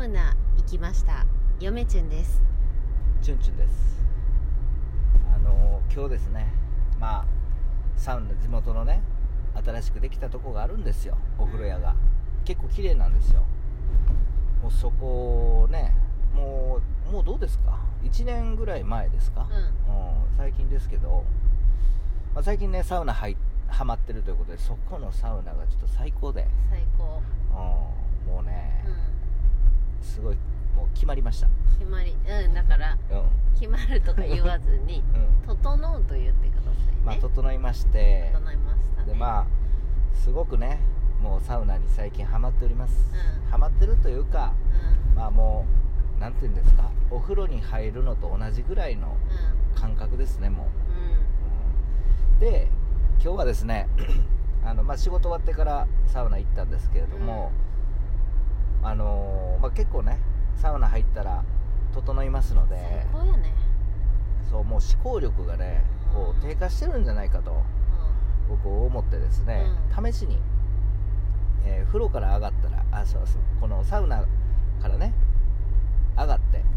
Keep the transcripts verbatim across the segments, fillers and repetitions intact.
ウナ行きました。嫁チュンです。 チュンチュンです。あの今日ですね、まあサウナ、地元のね新しくできたとこがあるんですよ。お風呂屋が結構綺麗なんですよ。もうそこね、もうもうどうですか、いちねんぐらい前ですか、うんうん、最近ですけど、まあ、最近ねサウナ入ハマってるということで、そこのサウナがちょっと最高で最高、 うん、もうね、 うん、 すごいもう決まりました。 決まり、うん、だから、うん、決まるとか言わずに、うん、整うと言ってくださいね。 まあ整いまして整いましたね。 でまあすごくね、もうサウナに最近ハマっております、 うん、 ハマってるというか、 うん、 まあもうなんていうんですか、お風呂に入るのと同じぐらいの感覚ですね、もう、うんうん、で今日はですねあの、まあ、仕事終わってからサウナ行ったんですけれども、うん、あのーまあ、結構ねサウナ入ったら整いますので、 最高やね。 そう、もう思考力がねこう低下してるんじゃないかと、うん、僕思ってですね、うん、試しに、えー、風呂から上がったらあそうそうこのサウナからね上がって、うん、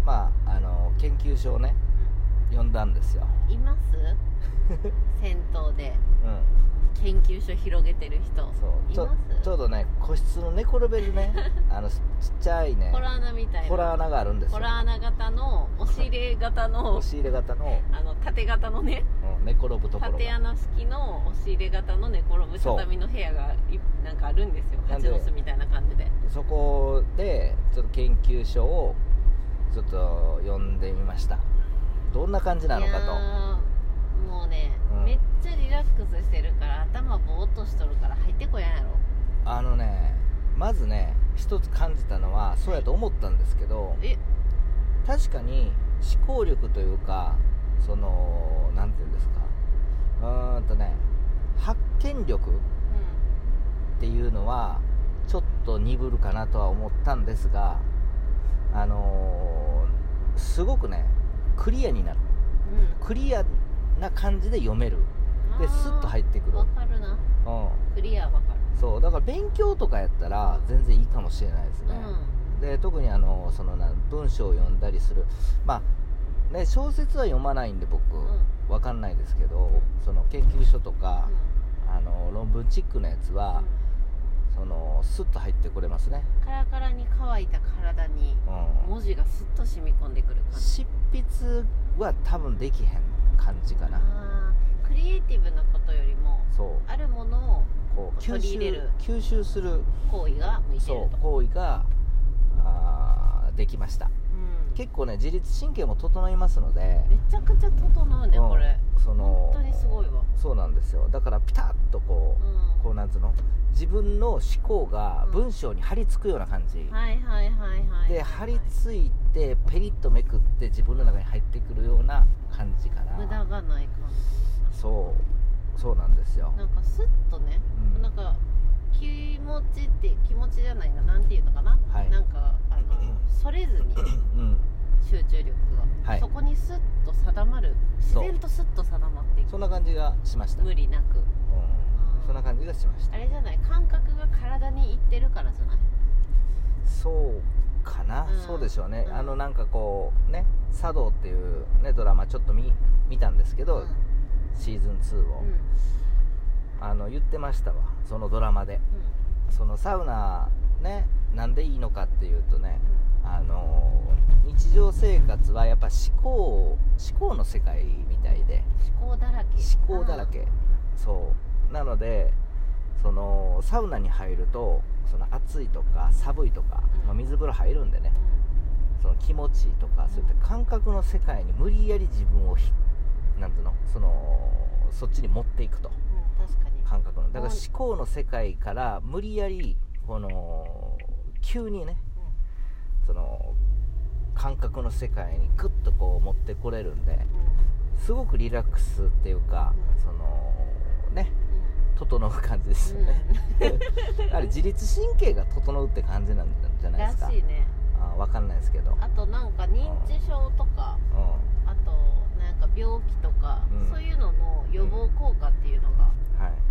まああの研究所をね、うん、呼んだんですよ。 います銭湯で、うん、研究所広げてる人。そういちょますちょうどね個室の寝転べるねあのちっちゃいねホラー穴みたいなホラー穴があるんですよ。 ホラー穴型の押し入れ型の押し入れ型のあの縦型のね、 うん、寝転ぶところが縦穴式の押し入れ型の寝転ぶ畳の部屋がなんかあるんですよ。蜂の巣みたいな感じで、 そこでちょっと研究所をちょっと呼んでみました。どんな感じなのかと。 もうね、うん、めっちゃリラックスしてるから頭ぼーっとしとるから入ってこやんやろ。 あのねまずね一つ感じたのはそうやと思ったんですけど、え確かに思考力というか、そのなんていうんですか、うーんとね発見力っていうのはちょっと鈍るかなとは思ったんですが、あのー、すごくねクリアになる、うん、クリアな感じで読める。でスッと入ってくる。 わかるな、うん、クリアわかる。 そうだから勉強とかやったら全然いいかもしれないですね、うん、で特にあのそのな文章を読んだりする、まあね小説は読まないんで僕、うん、わかんないですけど、その研究書とか、うん、あの論文チックなやつは、うん、そのスッと入ってこれますね。 カラカラに乾いた体に文字がスッと染み込んでくる感じ。 執筆は多分できへん感じかな。 あクリエイティブなことよりもそうあるものをこう取り入れる吸収する行為が向いてると。 そう行為があできました、うん、結構ね自律神経も整いますのでめちゃくちゃ整うね、うん、これその本当にすごいわ。 そうなんですよ。だからピタッとこう、うん、こうなんつうの自分の思考が文章に張り付くような感じ、うん、はいはいはいはいで張り付いてペリッとめくって自分の中に入ってくるような感じかな。 無駄がない感じ。 そうそうなんですよ。 なんかスッとね、うん、なんか気持ちって気持ちじゃないな、なんていうのかな、はい、なんかあのそれずに、うん、集中力が、はい、そこにスッと定まる、自然とスッと定まっていく。 そんな感じがしました。 無理なく、うん、 そんな感じがしました。 あれじゃない、感覚が体にいってるからじゃない。 そうかな、うん、そうでしょうね、うん、あのなんかこうね茶道っていうねドラマちょっと 見, 見たんですけど、うん、シーズンツーを、うん、あの言ってましたわ、そのドラマで、うん、そのサウナねなんでいいのかっていうとね、うん、あの日常生活はやっぱ思考思考の世界みたいで、 思考だらけ思考だらけ、そうなのでそのサウナに入るとその暑いとか寒いとか、うんまあ、水風呂入るんでね、うん、その気持ちいいとか、うん、そういった感覚の世界に無理やり自分をひなんていうのそのそっちに持っていくと、 うん、確かに感覚のだから思考の世界から無理やりこの急にね、うん、その感覚の世界にグッとこう持ってこれるんで、うん、すごくリラックスっていうか、うん、そのね整う感じですよね、うん、あれ自律神経が整うって感じなんじゃないですか。 らしいね。 あ分かんないですけど、 あとなんか認知症とか、うん、あとなんか病気とか、うん、そういうのの予防効果っていうのが、うん、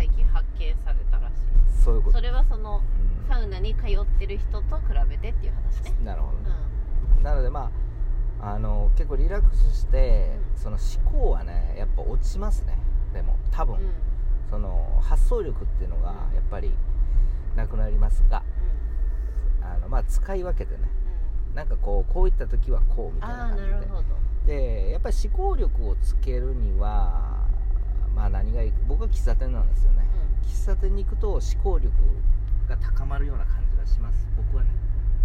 最近発見されたらしい。 そういうこと。 それはその、うん、サウナに通ってる人と比べてっていう話ね。 なるほどね、うん、なのでまああの結構リラックスして、うん、その思考はねやっぱ落ちますね。でも多分、うん、その発想力っていうのがやっぱりなくなりますが、うん、あのまあ使い分けてね、うん、なんかこうこういった時はこうみたいな感じで。 あー、なるほど。 でやっぱり思考力をつけるにはまあ何がいい、僕は喫茶店なんですよね、うん、喫茶店に行くと思考力が高まるような感じがします、僕はね。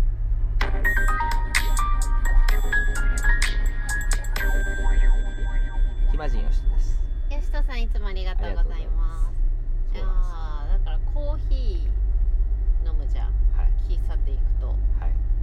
暇人よしとです。 よしとさん、いつもありがとうございます。ああ、だからコーヒー飲むじゃん、はい、喫茶店行くと、はい、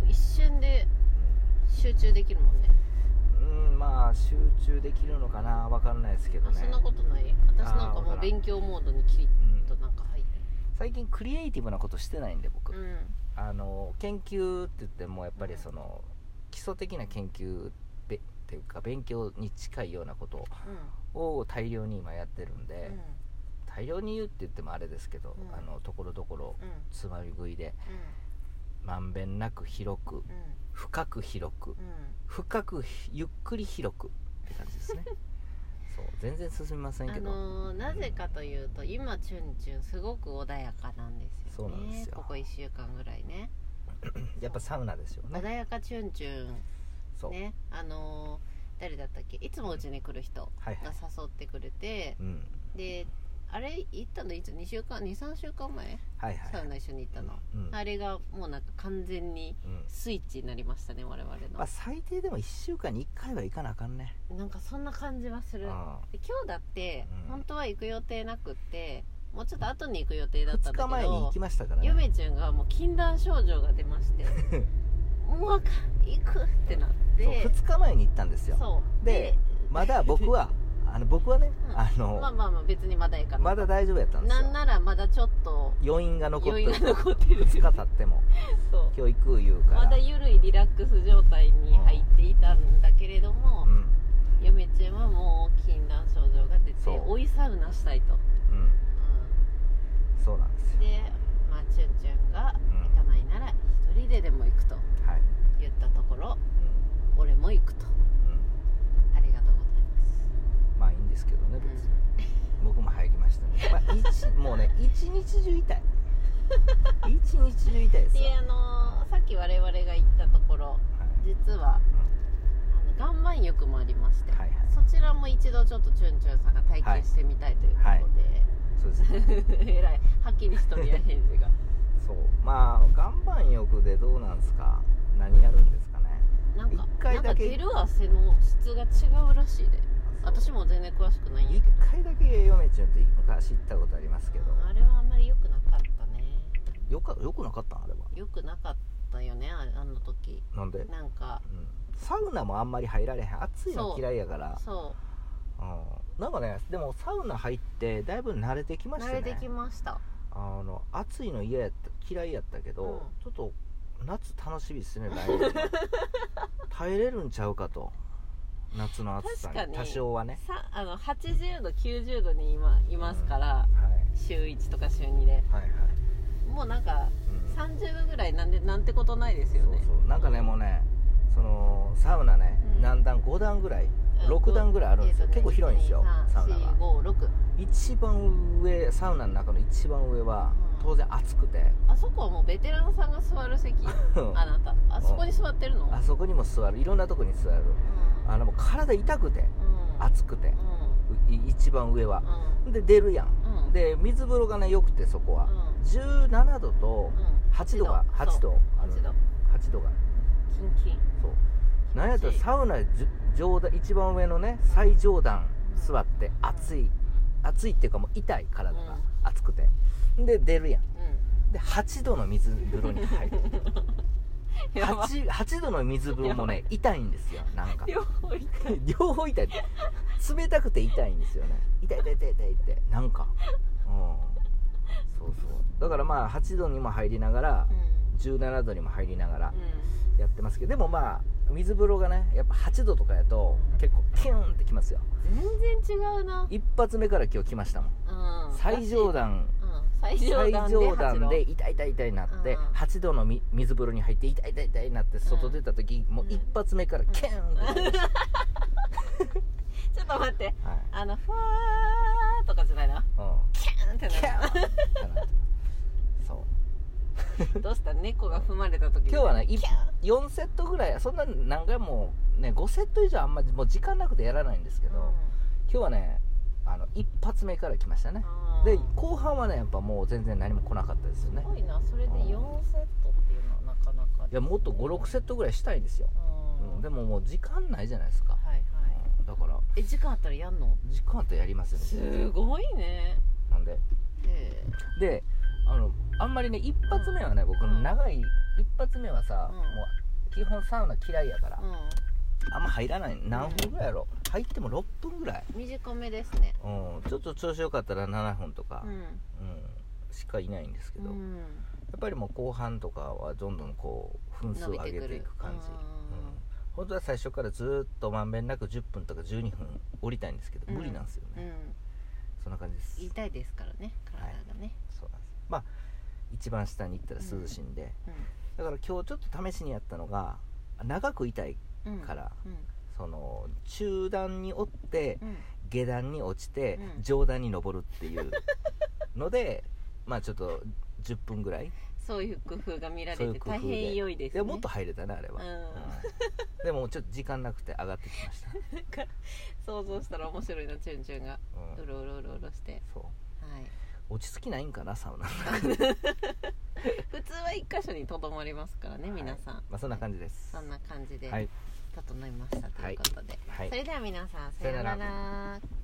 一瞬で集中できるもんね。 うん、まあ集中できるのかな、分かんないですけどね。 そんなことない。私なんかもう勉強モードにキリッとなんか入って、 うん、最近クリエイティブなことしてないんで僕、うん、あの研究って言ってもやっぱりその、うん、基礎的な研究っていうか勉強に近いようなことを大量に今やってるんで、うん、大量に言うって言ってもあれですけど、うん、あのところどころつまみ食いで、うん、まんべんなく広く、うん、深く広く、うん、深くゆっくり広くって感じですねそう全然進みませんけど、 あのー、なぜかというと、うん、今チュンチュンすごく穏やかなんですよね。 そうなんですよ。 ここいっしゅうかんぐらいねやっぱサウナですよね。 穏やかチュンチュンそうね、あのー、誰だったっけ、いつもうちに来る人が誘ってくれて、はいはい、であれ行ったのいつにしゅうかん にさんしゅうかんまえ、はいはい、サウナ一緒に行ったの、うん、あれがもうなんか完全にスイッチになりましたね、うん、我々の、 まあ、最低でもいっしゅうかんにいっかいは行かなあかんね。 なんかそんな感じはする。で今日だって、うん、本当は行く予定なくって、もうちょっと後に行く予定だったんだけど、ふつかまえに行きましたからね。ゆめちゃんがもう禁断症状が出ましてもう行くってなって、 ふつかまえに行ったんですよ。そうでまだ僕はあの僕はね、うん、あのまあまあまあ別にまだいいかな、 まだ大丈夫やったんですよ。 なんならまだちょっと余韻が残ってる、余韻が残ってるふつか経ってもそう今日行く言うからまだ緩いリラックス状態に入っていたんだけれども、うん、嫁ちゃんはもう禁断症状が出て追いサウナしたいと、うんうん、 そうなんですよ。 で、まあ、チュンチュンが行かないなら一人ででも行くと言ったところ、うん、俺も行くと、うん、ありがとうございます。 まあいいんですけどね別に、うん、僕も入りましたね、まあ、一もうね一日中痛い一日中痛いですよ。 で、あのー、さっき我々が行ったところ、はい、実は、うん、あの岩盤浴もありまして、はいはい、そちらも一度ちょっとチュンチュンさんが体験してみたいということで、はいはい、そうですねえらいはっきりしとるや返事がそうまあ岩盤浴でどうなんですか、何やるんですかね。 なんかいっかいだけ出る汗の質が違うらしいで、私も全然詳しくないんやけど、いっかいだけ嫁ちゃんと昔行ったことありますけど、 あれはあんまり良くなかったね。 よかよくなかったんあれは。 良くなかったよね、あの時。 なんで？ なんか、 うん、サウナもあんまり入られへん、暑いの嫌いやから。 そう、 うん、なんかね、でもサウナ入ってだいぶ慣れてきましたね。 慣れてきました。 あの暑いの嫌やった嫌いやったけど、うん、ちょっと夏楽しみですね。耐えれるんちゃうかと、夏の暑さに多少はね。 さあのはちじゅうどきゅうじゅうどに今いますから、うんはい、しゅういちとかしゅうにで、はいはい、もうなんか、うん、さんじゅうどぐらいなんでなんてことないですよね。 そうそう、なんかね、うん、もうねそのサウナね、うん、何段ご段ぐらい、ろく段ぐらいあるんですよ、えーね、結構広いんですよサウナが。ご、ろく一番上、サウナの中の一番上は、うん、当然暑くて、 あそこはもうベテランさんが座る席あなたあそこに座ってるの？ あそこにも座る、いろんなとこに座る、うん、あのもう体痛くて、うん、暑くて、うん、一番上は、うん、で出るやん、うん、で水風呂がね良くて、そこは、うん、じゅうななどとはちどが、はちどある、はちどがキンキン、 そうなんやったらサウナ上段一番上のね最上段座って暑い暑いっていうかもう痛い、体が熱くて、で出るやん、うん、ではちどの水風呂に入るはち, はちどの水風呂もね痛いんですよ、なんか両方痛い両方痛い、冷たくて痛いんですよね、痛い痛い痛い痛いってなんか、うん、そうそう、だからまあはちどにも入りながら、うん、じゅうななどにも入りながら、 やってますけど、でもまあ水風呂がねやっぱはちどとかやと結構キューンってきますよ。 全然違うな。 一発目から今日来ましたもん、うん、最上段、 最上段で痛い痛い痛いになって、うん、はちどのみ水風呂に入って痛い痛い痛いになって外出た時、うん、もう一発目からキューンって、うん、ちょっと待って、はい、あのふわーとかじゃないな、うん、キューンってなるそうどうした猫が踏まれた時今日はねよんセットぐらい、そんな何回もねごセット以上あんまりもう時間なくてやらないんですけど、うん、今日はねあの一発目から来ましたね。で後半はねやっぱもう全然何も来なかったですよね。 すごいな、それでよんセットっていうのはなかなか、ね、 いやもっとごろくセットぐらいしたいんですよ、うん、でももう時間ないじゃないですか。はいはい、うん、だからえ時間あったらやんの？ 時間あったらやりますよね。 すごいね。 なんでであのあんまりね一発目はね、うん、僕の長い、うん、一発目はさ、うん、もう基本サウナ嫌いやから、うん、あんま入らない。何分ぐらいやろ、うん、入ってもろっぷんぐらい短めですね、 うん、ちょっと調子よかったらななふんとか、うんうん、しかいないんですけど、うん、やっぱりもう後半とかはどんどんこう分数を上げていく感じ、うん、本当は最初からずっとまんべんなくじゅっぷんとかじゅうにふん降りたいんですけど、無理なんですよね、うんうん、そんな感じです。 痛いですからね体がね、はい、 そうなんです。まあ一番下に行ったら涼しいんで、うんうん、だから今日ちょっと試しにやったのが長く痛いから、うんうん、その中段に折って、うん、下段に落ちて、うん、上段に登るっていうのでまあちょっとじゅっぷんぐらいそういう工夫が見られて大変良いですね。 いやもっと入れたねあれは、うんうん、でもちょっと時間なくて上がってきましたなんか想像したら面白いな、チュンチュンが、うん、うろうろうろうろして、そう、はい、 落ち着きないんかなサウナ普通は一箇所にとどまりますからね、はい、皆さん、 まあ、そんな感じです。 そんな感じで整いましたということで、はいはい、それでは皆さんさようなら。